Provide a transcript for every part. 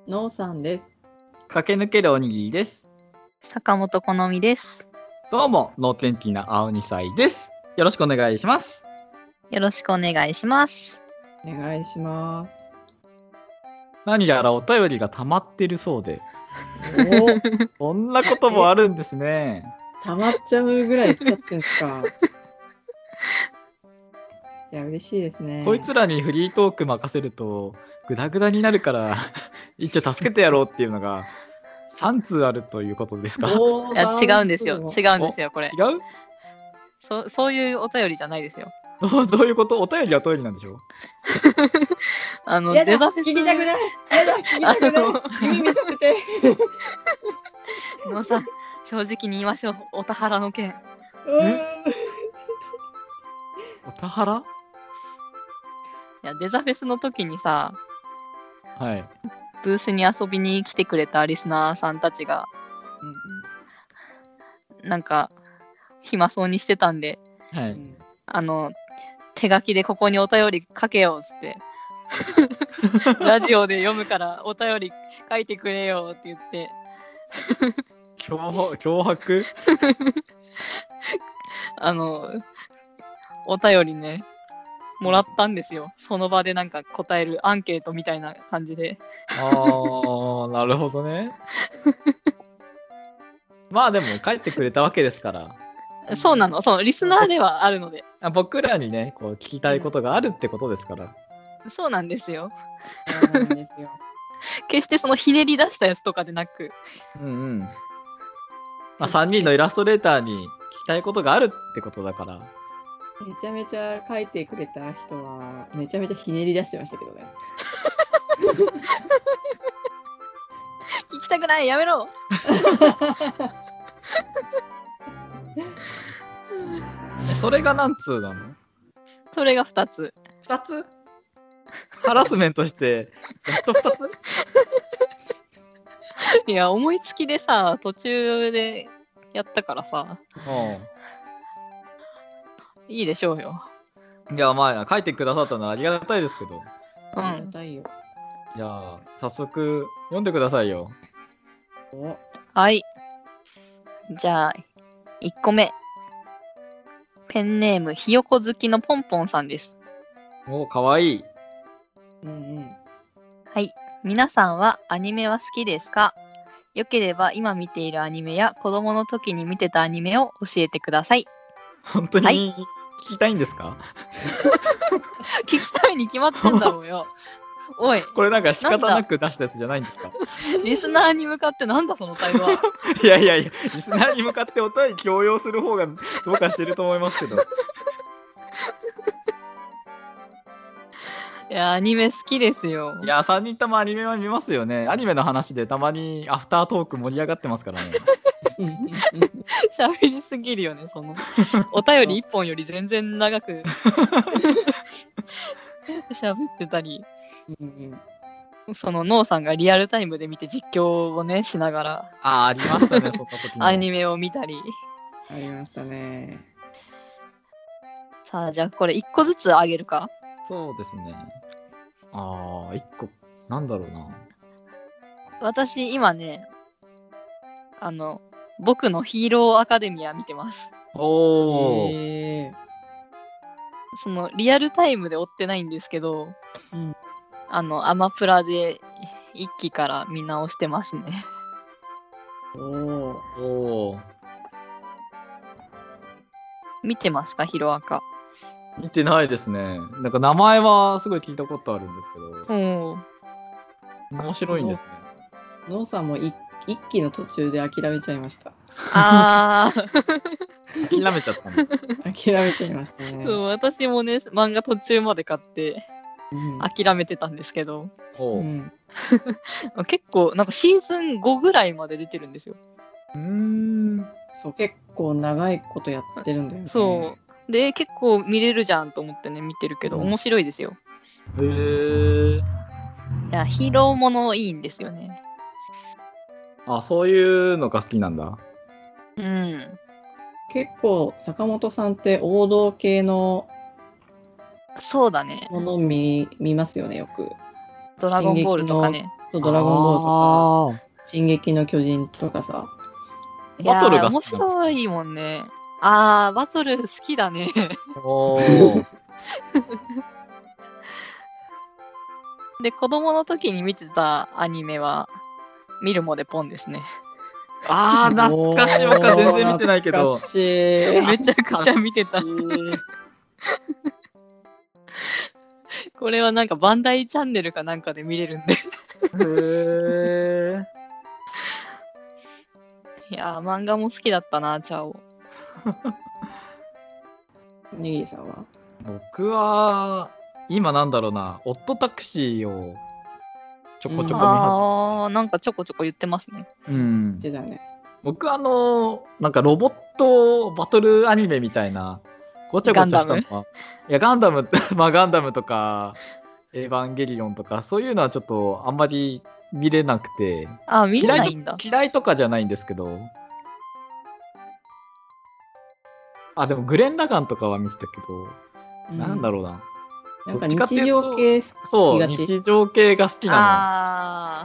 のうさんです。 駆け抜けるおにぎりです。 坂本好みです。 どうも、ノーテンティな青2歳です。よろしくお願いします。 よろしくお願いします。 お願いします。 何やらお便りが溜まってるそうで。 おこんなこともあるんですね。 溜まっちゃうぐらい来ちゃってんですか。いや、嬉しいですね。 こいつらにフリートーク任せると、グダグダになるから、一応助けてやろうっていうのが、3通あるということですか？ いや、違うんですよ。違うんですよ、これ。 違う？ そういうお便りじゃないですよ。 どういうこと？お便りはお便りなんでしょ？ やだ、 デザフェス聞きたくない。やだ、聞きたくない。指見させて。 のさん、正直に言いましょう。お田原の件。 お田原？ いや、デザフェスの時にさ、 はい。 ブースに遊びに来てくれたリスナーさんたちが、なんか、暇そうにしてたんで、 はい。 手書きでここにお便り書けよっつって、ラジオで読むからお便り書いてくれよって言って、 脅迫？ お便りね、もらったんですよ。その場でなんか答えるアンケートみたいな感じで。 あー、なるほどね。まあでも帰ってくれたわけですから。 そうなの、リスナーではあるので。 僕らにね、こう聞きたいことがあるってことですから。 そうなんですよ。 そうなんですよ。 決してそのひねり出したやつとかでなく。 うんうん。まあ3人のイラストレーターに聞きたいことがあるってことだから。 めちゃめちゃ書いてくれた人は、めちゃめちゃひねり出してましたけどね。 聞きたくない、やめろ。 それが何通なの？ それが2つ。 2つ？ハラスメントしてやっと2つ？ いや、思いつきでさ、途中でやったからさ、いいでしょうよ。 いやまあ書いてくださったのはありがたいですけど。 ありがたいよ。 じゃあ早速読んでくださいよ。 はい。じゃあ、1個目。ペンネーム、ひよこ好きのポンポンさんです。 お、かわいい。 はい。皆さんはアニメは好きですか？よければ今見ているアニメや子供の時に見てたアニメを教えてください。 本当に、 はい聞きたいんですか？ 聞きたいに決まってんだろうよ。おい、 これなんか仕方なく出したやつじゃないんですか？ リスナーに向かってなんだその態度は。 いや、リスナーに向かってお便り強要する方がどうかしてると思いますけど。 いや、アニメ好きですよ。 いや、3人ともアニメは見ますよね。アニメの話でたまにアフタートーク盛り上がってますからね。 喋りすぎるよね、その。お便り1本より全然長く喋ってたり。そのノーさんがリアルタイムで見て実況をねしながらありましたね、そんな時も。 アニメを見たり。 ありましたね。 さあ、じゃあこれ1個ずつあげるか。 そうですね。1個なんだろうな。 私今ね、僕のヒーローアカデミア見てます。 おー。 そのリアルタイムで追ってないんですけど、アマプラで1期から見直してますね。 おー。 見てますか、ヒロアカ？ 見てないですね。なんか名前はすごい聞いたことあるんですけど、面白いんですね。 ノーさんも一期の途中で諦めちゃいました。 諦めちゃったの？ 諦めちゃいましたね。 そう、私もね、漫画途中まで買って、諦めてたんですけど、結構なんかシーズン5ぐらいまで出てるんですよ。 そう結構長いことやってるんだよね。 そうで結構見れるじゃんと思ってね見てるけど、面白いですよ。 へえ。 いや、ヒーローものいいんですよね。 そういうのが好きなんだ。 結構坂本さんって王道系のそうだね。 もの見ますよね、よく。 ドラゴンボールとかね。 ドラゴンボールとか、 あ進撃の巨人とかさ。 いやーバトルが好面きなんですか白いもんね。あー、バトル好きだね。 あ。おー。 で、子供の時に見てたアニメは、見るもでポンですね。 あー、懐かしい。僕は全然見てないけど懐か。しい。 めちゃくちゃ見てた。これはなんかバンダイチャンネルかなんかで見れるんで。 へー。 いやー、漫画も好きだったな、チャオ。 ネギさんは僕は、今なんだろうな、オットタクシーをちょこちょこ見始あー、なんかちょこちょこ言ってますね。 めて。うん言っ。てたね。 僕なんかロボットバトルアニメみたいな、ごちゃごちゃしたのは。いや、ガンダム、まあガンダムとか、エヴァンゲリオンとか、そういうのはちょっとあんまり見れなくて、 あー、見れないんだ。 嫌いとかじゃないんですけど、あ、でもグレン・ラガンとかは見てたけど、なんだろうな。 なんかどっちかって日いうと常系そう、 好きがち日常系が好きなあ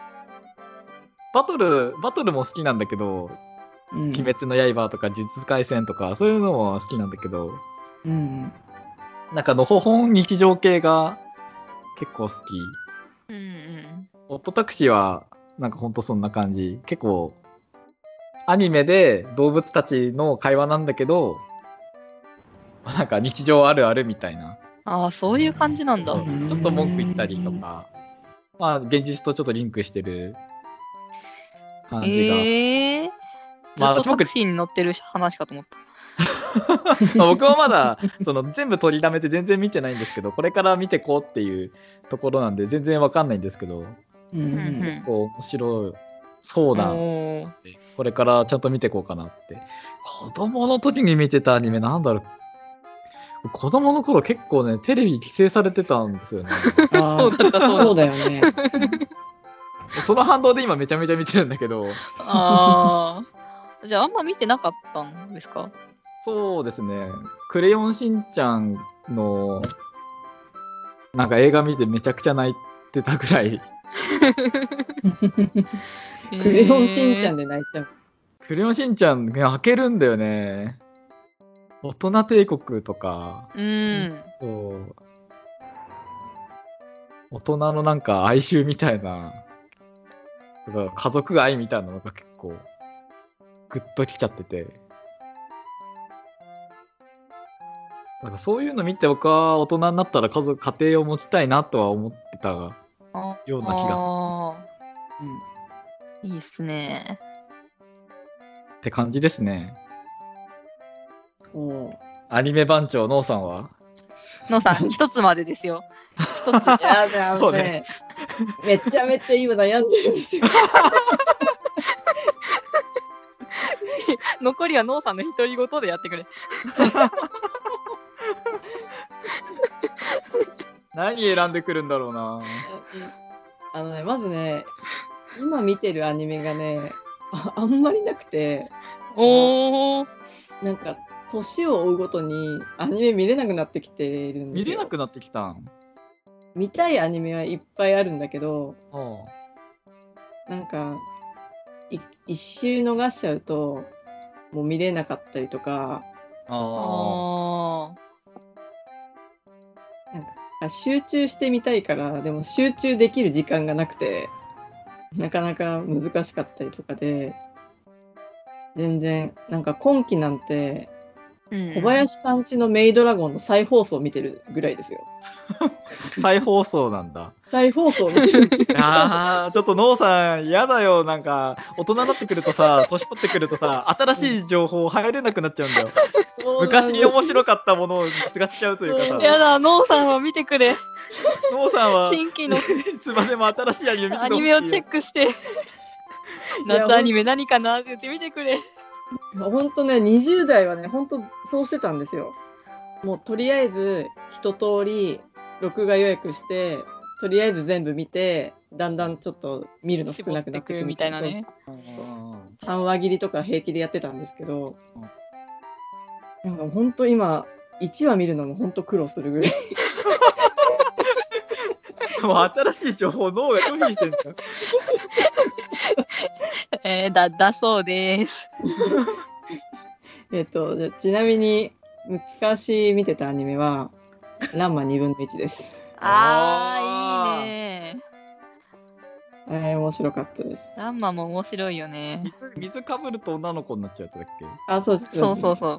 の。バトルも好きなんだけど、 うん鬼滅の刃とか呪術廻戦とか、そういうのも好きなんだけど、 うんなんかのほほん日常系が結構好き。 ー。うんうん。 オットタクシーはなんかほんとそんな感じ。結構アニメで動物たちの会話なんだけど、なんか日常あるあるみたいな。 ああ、そういう感じなんだ。 ちょっと文句言ったりとか、まあ現実とちょっとリンクしてる感じが。 ずまあっとタクシーに乗ってる話かと思った。 まあ僕はまだ全部取りだめて全然見てないんですけど、これから見てこうっていうところなんで全然わかんないんですけど、 うんうんうんこう面白そうな、 おーこれからちゃんと見てこうかなって。子供の時に見てたアニメなんだろう。子供の頃結構ね、テレビ規制されてたんですよね。 あーそうだったそうだよね。 その反動で今めちゃめちゃ見てるんだけど、 ああ。じゃああんま見てなかったんですか？ そうですね、クレヨンしんちゃんのなんか映画見てめちゃくちゃ泣いてたぐらい。 クレヨンしんちゃんで泣いちゃう。 クレヨンしんちゃん開けるんだよね。大人帝国とか、 うん。 そう大人のなんか哀愁みたいな、とか家族愛みたいなのが結構グッときちゃってて、なんかそういうの見て僕は大人になったら家庭を持ちたいなとは思ってたような気があうんーいいっすね。 すって感じですね。 おーアニメ番長のうさんは？ のうさん、一つまでですよ。一つ。 やだそうね。めちゃめちゃ今悩んでるんですよ。 残りはのうさんの独り言でやってくれ。 何選んでくるんだろうな。 まずね、今見てるアニメがね、あんまりなくて、 おー。 なんか年を追うごとにアニメ見れなくなってきてるんですよ。 見れなくなってきたん？ 見たいアニメはいっぱいあるんだけど、 あなんか一周逃しちゃうともう見れなかったりとか、 あなんか集中してみたいから、でも集中できる時間がなくて、なかなか難しかったりとかで、全然なんか今期なんて小林さんちのメイドラゴンの再放送を見てるぐらいですよ。 再放送なんだ。 再放送を見てるんですよ。 ああ、ちょっとノーさん嫌だよ。なんか大人になってくるとさ、年取ってくるとさ、新しい情報入れなくなっちゃうんだよ。昔に面白かったものを使っちゃうというかさ、 やだ、のうさんは見てくれ。 ノーさんは新規のいつまでも新しいアニメ見てアニメをチェック。 クして、夏アニメ何かなって言って見てくれ。 本当ね、20代はね、本当そうしてたんですよ。もうとりあえず一通り録画予約して、とりあえず全部見て、だんだんちょっと見るの少なくなってくるみたいなね。 3話切りとか平気でやってたんですけど、なんか本当今1話見るのも本当苦労するぐらい。 もう新しい情報脳が拒否してんじゃん。 だそうです。 じゃあちなみに昔見てたアニメはランマ2分の1です。 いいね。 面白かったです。 ランマも面白いよね。 水かぶると女の子になっちゃうやつだっけ？ そうです。 そう。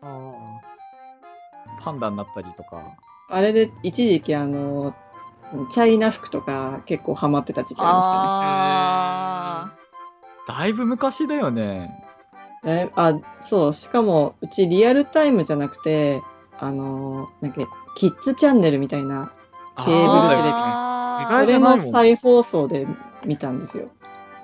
パンダになったりとか。 あれで一時期チャイナ服とか結構ハマってた時期ありましたね。だいぶ昔だよね。 そう、しかもうちリアルタイムじゃなくてなんかキッズチャンネルみたいなケーブルテレビ、それの再放送で見たんですよ。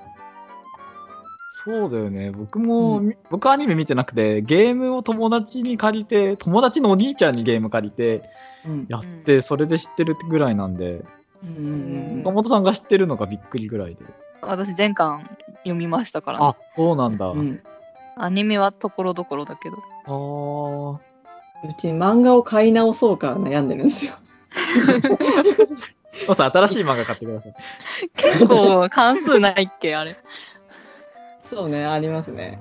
そうだよね。僕アニメ見てなくて、ゲームを友達に借りて、友達のお兄ちゃんにゲーム借りてやって、それで知ってるぐらいなんで、岡本さんが知ってるのがびっくりぐらいで。 私全巻読みましたから、 ね。そうなんだ。 アニメはところどころだけど。 うち漫画を買い直そうか悩んでるんですよ。 新しい漫画買ってください。 結構関数ないっけあれ。 そうね、ありますね。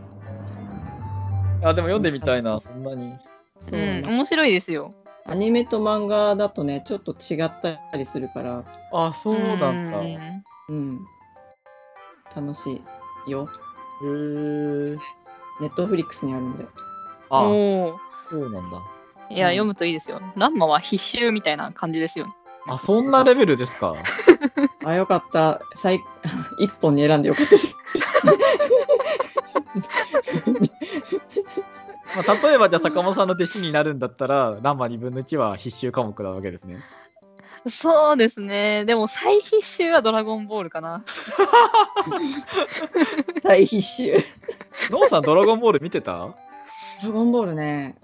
でも読んでみたいな、そんなに。 面白いですよ。 アニメと漫画だとね、ちょっと違ったりするから。 そうなんだ。 楽しいよ。ネットフリックスにあるんで。 そうなんだ。 いや、読むといいですよ。ランマは必修みたいな感じですよ。 そんなレベルですか？ よかった。一本に選んでよかったです。 例えばじゃあ坂本さんの弟子になるんだったらランマ2分の1は必修科目なわけですね。 そうですね。でも最必修はドラゴンボールかな。 最必修。 ノーさんドラゴンボール見てた？ ドラゴンボールね、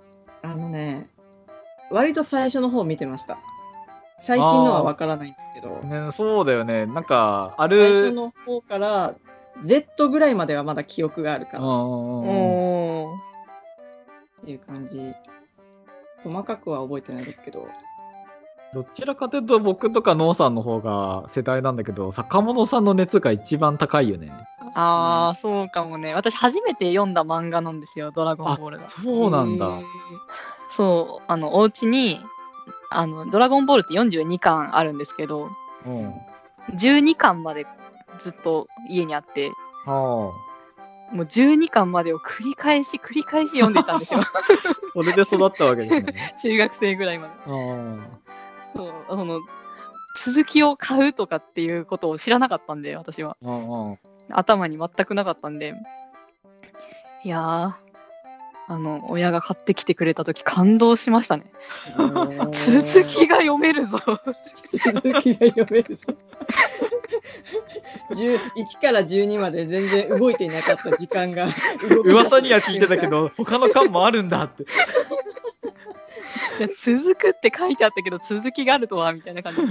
割と最初の方見てました。最近のは分からないんですけど。 そうだよね。なんか最初の方から Z ぐらいまではまだ記憶があるから。っていう感じ。細かくは覚えてないですけど。 どちらかというと僕とかノーさんの方が世代なんだけど、坂本さんの熱が一番高いよね。 そうかもね。私初めて読んだ漫画なんですよ、ドラゴンボールが。 そうなんだ。 そう、お家にドラゴンボールって42巻あるんですけど、12巻までずっと家にあって、もう12巻までを繰り返し読んでいたんですよ。 それで育ったわけですね。 中学生ぐらいまで。そう続きを買うとかっていうことを知らなかったんで、私は。頭に全くなかったんで。いやー、親が買ってきてくれたとき感動しましたね。続きが読めるぞ。 続きが読めるぞ。1から12まで全然動いていなかった時間が噂には聞いてたけど他の巻もあるんだって。 いや続くって書いてあったけど続きがあるとはみたいな感じ。 な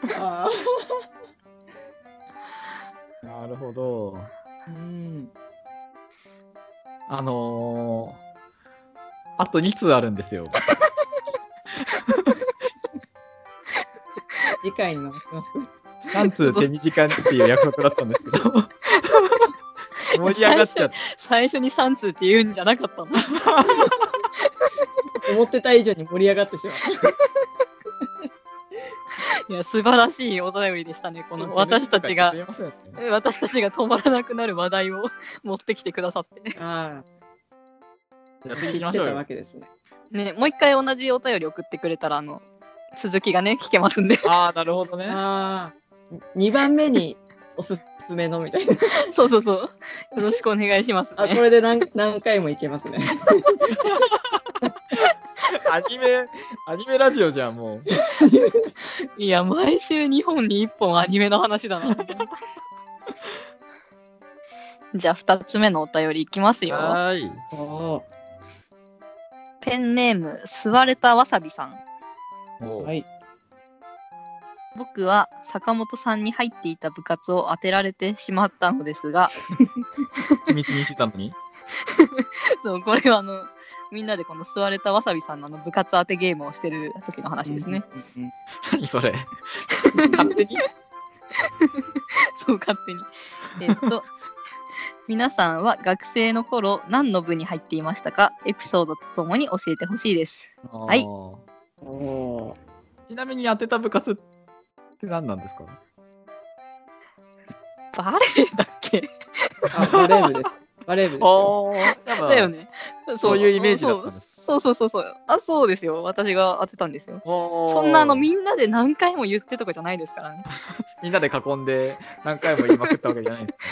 るほど。あと2通あるんですよ。 次回に回します。 3通手短っていう約束だったんですけど盛り上がっちゃって最初に3通って言うんじゃなかったの。 思ってた以上に盛り上がってしまう。いや素晴らしいお便りでしたね。この私たちが止まらなくなる話題を持ってきてくださって。 やっていきましょうよ。 わけですね、もう一回同じお便り送ってくれたら続きがね聞けますんで。 なるほどね。 2番目におすすめのみたいな。 そうよろしくお願いします、ね。 これで何回もいけますね。 アニメラジオじゃんもう。 いや毎週2本に1本アニメの話だな。じゃあ2つ目のお便りいきますよ。ペンネーム吸われたわさびさん。僕は坂本さんに入っていた部活を当てられてしまったのですが秘密にしてたのにそうこれはみんなでこの座れたわさびさんの部活当てゲームをしてる時の話ですね。 何それ勝手にそう、勝手に。皆さんは学生の頃何の部に入っていましたか？エピソードとともに教えてほしいです。はい。 ちなみに当てた部活って何なんですか？ バレーだっけ？ バレー部です。バレー部ですよ。 だよね。 そういうイメージだったんです。 そう。そうですよ。私が当てたんですよ。そんなみんなで何回も言ってとかじゃないですからね。 みんなで囲んで何回も言いまくったわけじゃないですか。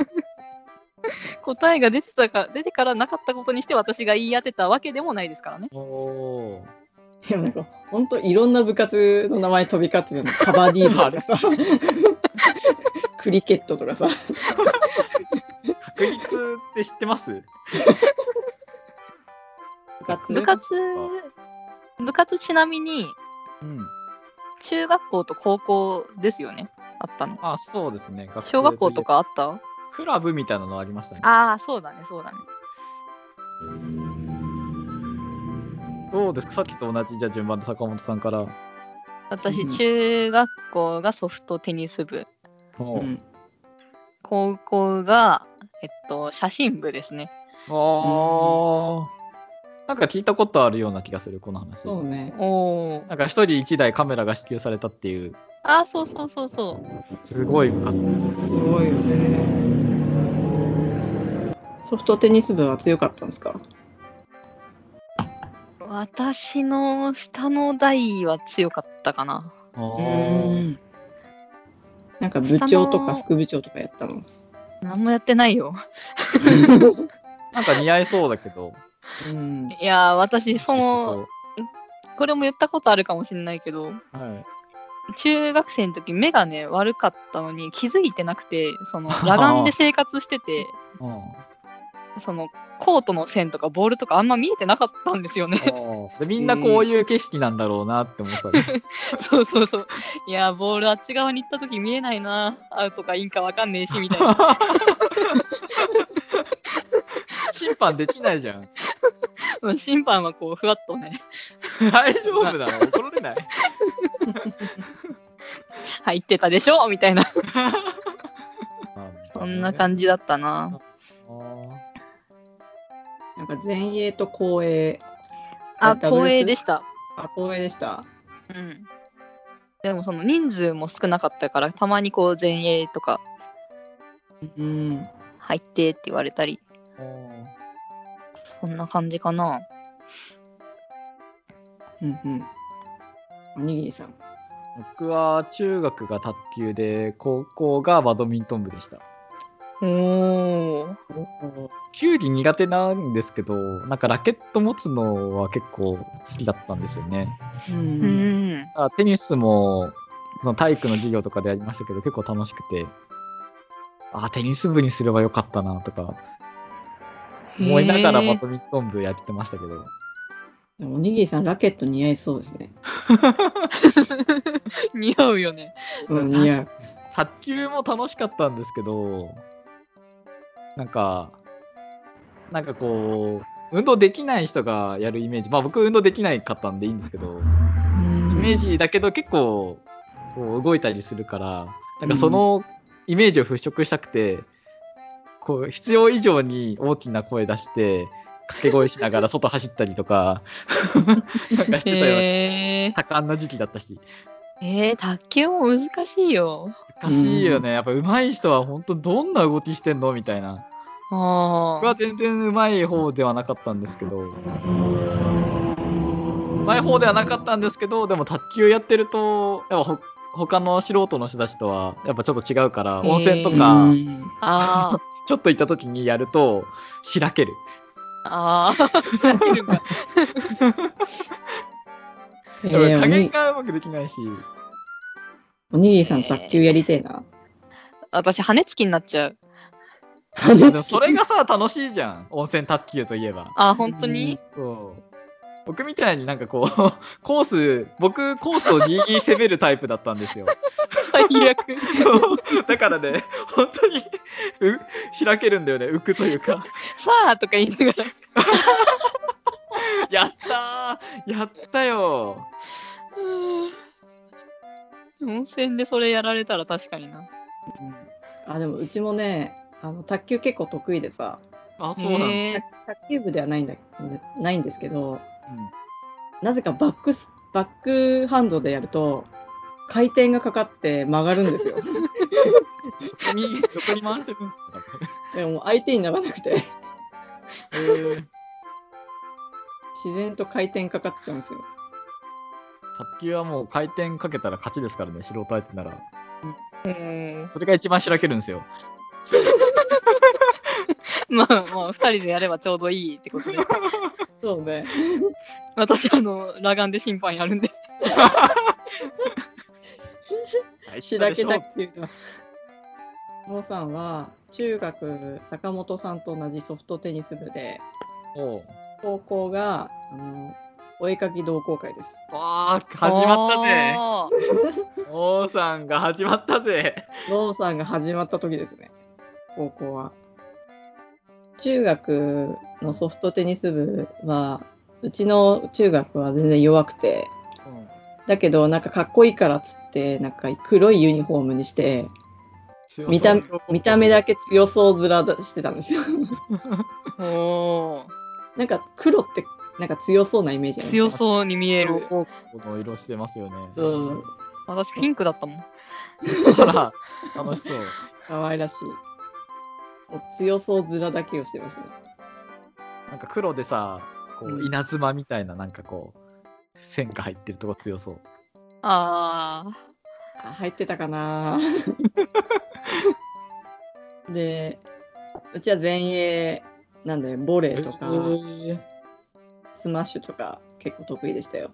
答えが出てからなかったことにして私が言い当てたわけでもないですからね。 いやなんか本当いろんな部活の名前飛び交ってるの。カバディー部とかさクリケットとかさ確率って知ってます？ 部活ちなみに、中学校と高校ですよね、あったの。 あ、そうですね。 小学校とかあった？ クラブみたいなのありましたね。 ああ、そうだね。 どうですか？さっきと同じじゃあ順番で坂本さんから。 私、中学校がソフトテニス部。高校が、写真部ですね。 なんか聞いたことあるような気がする、この話。 そうね。 なんか一人一台カメラが支給されたっていう。 あ、そう。すごい部活。 すごいよね。ソフトテニス部は強かったんですか？ 私の下の代は強かったかな。 なんか部長とか副部長とかやったの？ 何もやってないよ。 なんか似合いそうだけど。 いや私これも言ったことあるかもしれないけど、中学生の時目がね悪かったのに気づいてなくて、裸眼で生活しててコートの線とかボールとかあんま見えてなかったんですよね。 でみんなこういう景色なんだろうなって思ったり。 そう。いやボールあっち側に行った時見えないな、アウトかインか分かんねえしみたいな。 審判できないじゃん。 審判はこうふわっとね。 大丈夫だろ、怒られない。 入ってたでしょみたいな。そんな感じだったな。 なんか前衛と後衛。 後衛でした。 後衛でした。 でも人数も少なかったからたまにこう前衛とか入ってって言われたり。そんな感じかな。 おにぎりさん。 僕は中学が卓球で高校がバドミントン部でした。球技苦手なんですけど、なんかラケット持つのは結構好きだったんですよね。テニスも体育の授業とかでやりましたけど結構楽しくて、テニス部にすればよかったなとか思いながらバドミントン部やってましたけど。 おにぎりさんラケット似合いそうですね。 似合うよね。 似合う。 卓球も楽しかったんですけど、なんかこう運動できない人がやるイメージ、僕運動できないかったんでいいんですけど、イメージだけど結構こう動いたりするから、なんかそのイメージを払拭したくて、こう必要以上に大きな声出して掛け声しながら外走ったりとかなんかしてたような盛んな時期だったし。 卓球も難しいよ。 難しいよね。やっぱ上手い人は本当どんな動きしてんのみたいな。僕は全然上手い方ではなかったんですけど、でも卓球やってるとやっぱ他の素人の人たちとはやっぱちょっと違うから、温泉とかちょっと行った時にやるとしらける。 しらけるか。 加減がうまくできないし。 おにぎりさん卓球やりてえな。 私羽根つきになっちゃう。 それがさ楽しいじゃん、温泉卓球といえば。 本当に？ 僕みたいになんかこうコースをギリギリ攻めるタイプだったんですよ。 最悪。 だからね、本当にしらけるんだよね、浮くというか。 さあとか言いながら。 やったー、やったよ温泉でそれやられたら確かにな。 でもうちもね、卓球結構得意でさ、 あ、そうなんだ。 卓球部ではないんですけど、なぜかバックハンドでやると回転がかかって曲がるんですよ。 どこに回してるんですか？ でも相手にならなくて自然と回転かかっちゃうんですよ。 卓球はもう回転かけたら勝ちですからね、素人相手なら。 それが一番しらけるんですよ。 まあ2人でやればちょうどいいってことで。 そうね。 私裸眼で審判やるんで。 しらけたっていうの。モさんは中学坂本さんと同じソフトテニス部で、高校がお絵かき同好会です。 わあ、始まったぜ。モーさんが始まったぜ。 モーさんが始まった時ですね、高校は。中学のソフトテニス部は、うちの中学は全然弱くて、だけどなんかかっこいいからっつってなんか黒いユニフォームにして見た目だけ強そう面してたんですよ。なんか黒ってなんか強そうなイメージ。 強そうに見える。 この色してますよね。 私ピンクだったもん。 あら、楽しそう。 可愛らしい。強そう面だけをしてましたね。 なんか黒でさ、こう稲妻みたいななんかこう線が入ってるとこ強そう。 入ってたかな。で、うちは前衛なんでボレーとかスマッシュとか結構得意でしたよ。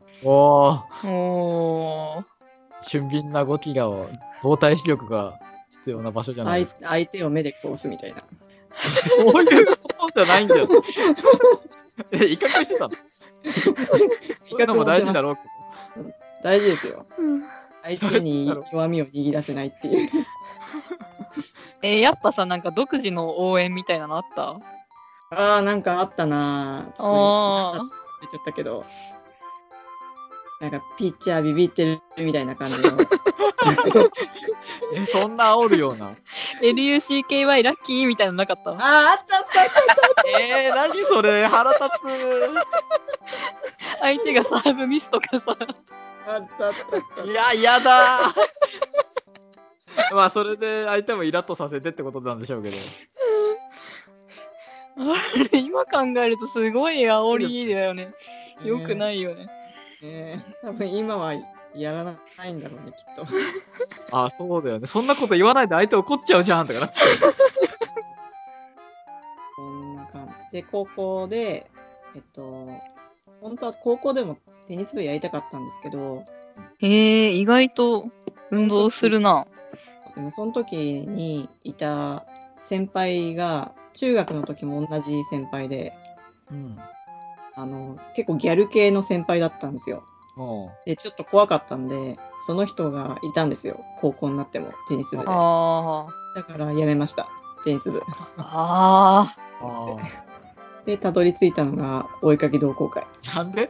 俊敏な動きが動体視力が必要な場所じゃないですか。 相手を目で殺すみたいな。 そういうことじゃないんだよ。威嚇してたの？威嚇も大事だろうけど。大事ですよ。相手に弱みを握らせないっていう。 やっぱさ、なんか独自の応援みたいなのあった？ なんかあったな。ちょっと出ちゃったけど。なんかピッチャービビってるみたいな感じの。 そんな煽るような。 LUCKY ラッキーみたいなのなかった？ あった。 何それ、腹立つ。 相手がサーブミスとかさ。 あった。 いや、やだまあ、それで相手もイラッとさせてってことなんでしょうけど。 今考えるとすごい煽りだよね。よくないよね。 多分今はやらないんだろうね、きっと。そうだよね。そんなこと言わないで相手怒っちゃうじゃんとかなっちゃう。 そんな感じで、高校で、本当は高校でもテニス部やりたかったんですけど、 意外と運動するな。 でもその時にいた先輩が中学の時も同じ先輩で、結構ギャル系の先輩だったんですよ。でちょっと怖かったんで、その人がいたんですよ、高校になってもテニス部で。だからやめました、テニス部。でたどり着いたのがお絵かき同好会。 なんで？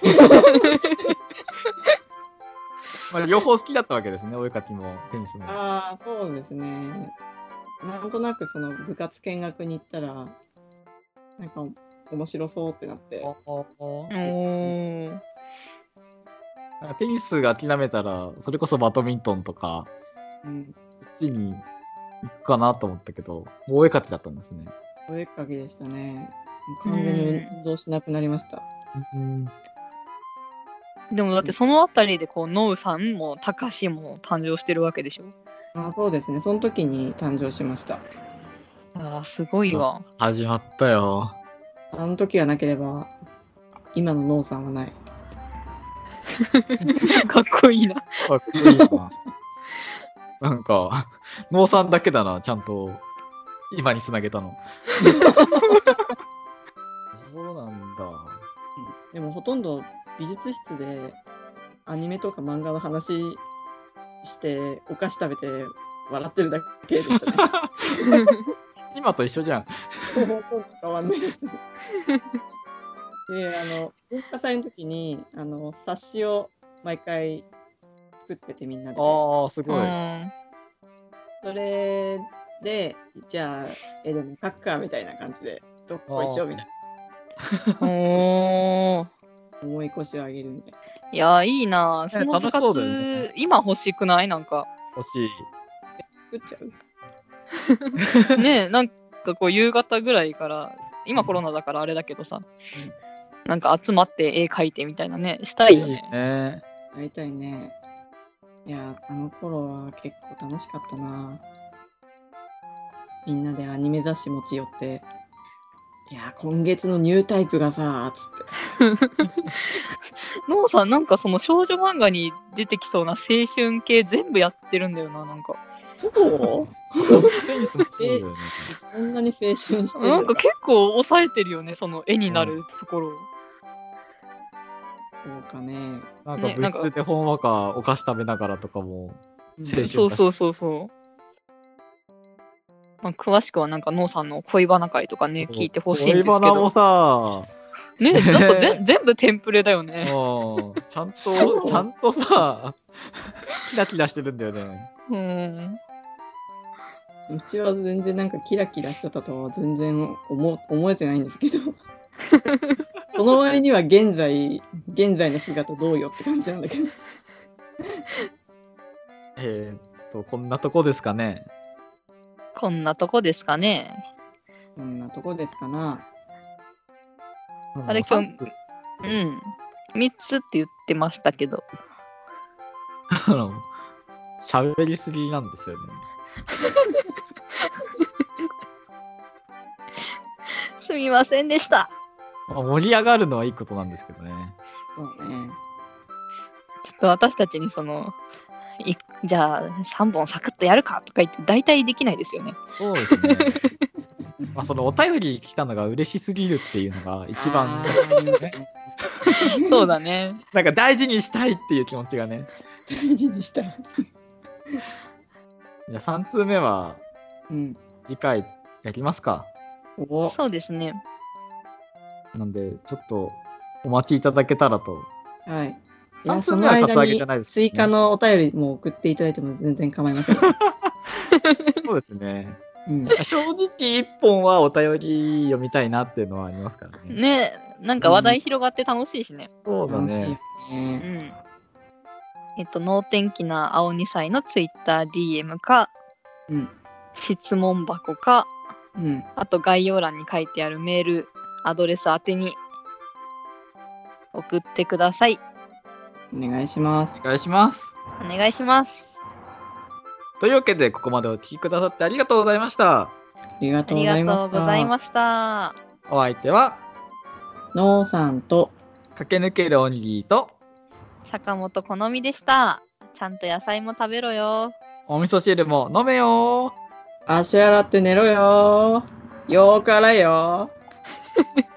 まあ両方好きだったわけですね、お絵かきもテニスも。 そうですね。なんとなくその部活見学に行ったらなんか面白そうってなって。 テニスが諦めたらそれこそバドミントンとか、こっちに行くかなと思ったけど、お絵かきだったんですね。 お絵かきでしたね。完全に運動しなくなりました。 でもだってそのあたりでこうノウさんもタカシも誕生してるわけでしょ。 そうですね。その時に誕生しました。 すごいわ。 始まったよ。 あの時がなければ今のノウさんはない。 かっこいいな。 かっこいいな。なんかノウさんだけだな、ちゃんと今につなげたの。そうなんだ。 でもほとんど美術室でアニメとか漫画の話してお菓子食べて笑ってるだけでしたね。 今と一緒じゃん。 ほとんど変わんないです。 で、文化祭の時に、冊子を毎回作っててみんなで。 ああ、すごい。 それで、じゃあ、でも書くかみたいな感じで、どっこいしょみたいな。重い腰を上げるみたいな。 いや、いいな。その部楽しそうだよ活、 ね今欲しくない？なんか。 欲しい。 作っちゃう？ ねえ、なんかこう夕方ぐらいから、今コロナだからあれだけどさ、なんか集まって絵描いてみたいなね、したいよね。 やりたいね。いや、あの頃は結構楽しかったな。みんなでアニメ雑誌持ち寄って、いや、今月のニュータイプがさ、つって。 ノーさん、なんかその少女漫画に出てきそうな青春系全部やってるんだよな、なんか。 そうテニスもそうだよね。 そんなに青春してるなんか結構抑えてるよね、その絵になるところを。 そうかね。 なんか部室でほんわかお菓子食べながらとかも青春だし。 そう。まあ、詳しくはなんかノーさんの恋バナ会とかね、聞いてほしいんですけど。 恋バナもさ、 ね、なんか全部テンプレだよね。 ちゃんとさ、キラキラしてるんだよね。 うちは全然なんかキラキラしてたとは全然思えてないんですけどその割には現在の姿どうよって感じなんだけどこんなとこですかね。 こんなとこですかね。 こんなとこですかな。 あれ今日3つって言ってましたけど喋りすぎなんですよね。 すみませんでした。 盛り上がるのはいいことなんですけどね。 そうね。 ちょっと私たちにじゃあ3本サクッとやるかとか言って大体できないですよね。 そうですね。そのお便り来たのが嬉しすぎるっていうのが一番、ね、 そうだね。 なんか大事にしたいっていう気持ちがね。 大事にしたい。 じゃあ3通目は次回やりますか。 そうですね。 なんでちょっとお待ちいただけたらと。 はい。 3通目はカツアゲじゃないですね。 追加のお便りも送っていただいても全然構いません。 そうですね。正直1本はお便り読みたいなっていうのはありますからね。 ね、なんか話題広がって楽しいしね。 そうだね。 能天気な青2歳のツイッター DM か、質問箱か、あと概要欄に書いてあるメールアドレス宛てに送ってください。 お願いします。 お願いします。 というわけでここまでお聞きくださってありがとうございました。 ありがとうございました。 お相手はのーさんと駆け抜けるおにぎりと坂本好みでした。ちゃんと野菜も食べろよ。 お味噌汁も飲めよ。 足洗って寝ろよ。よーからよ。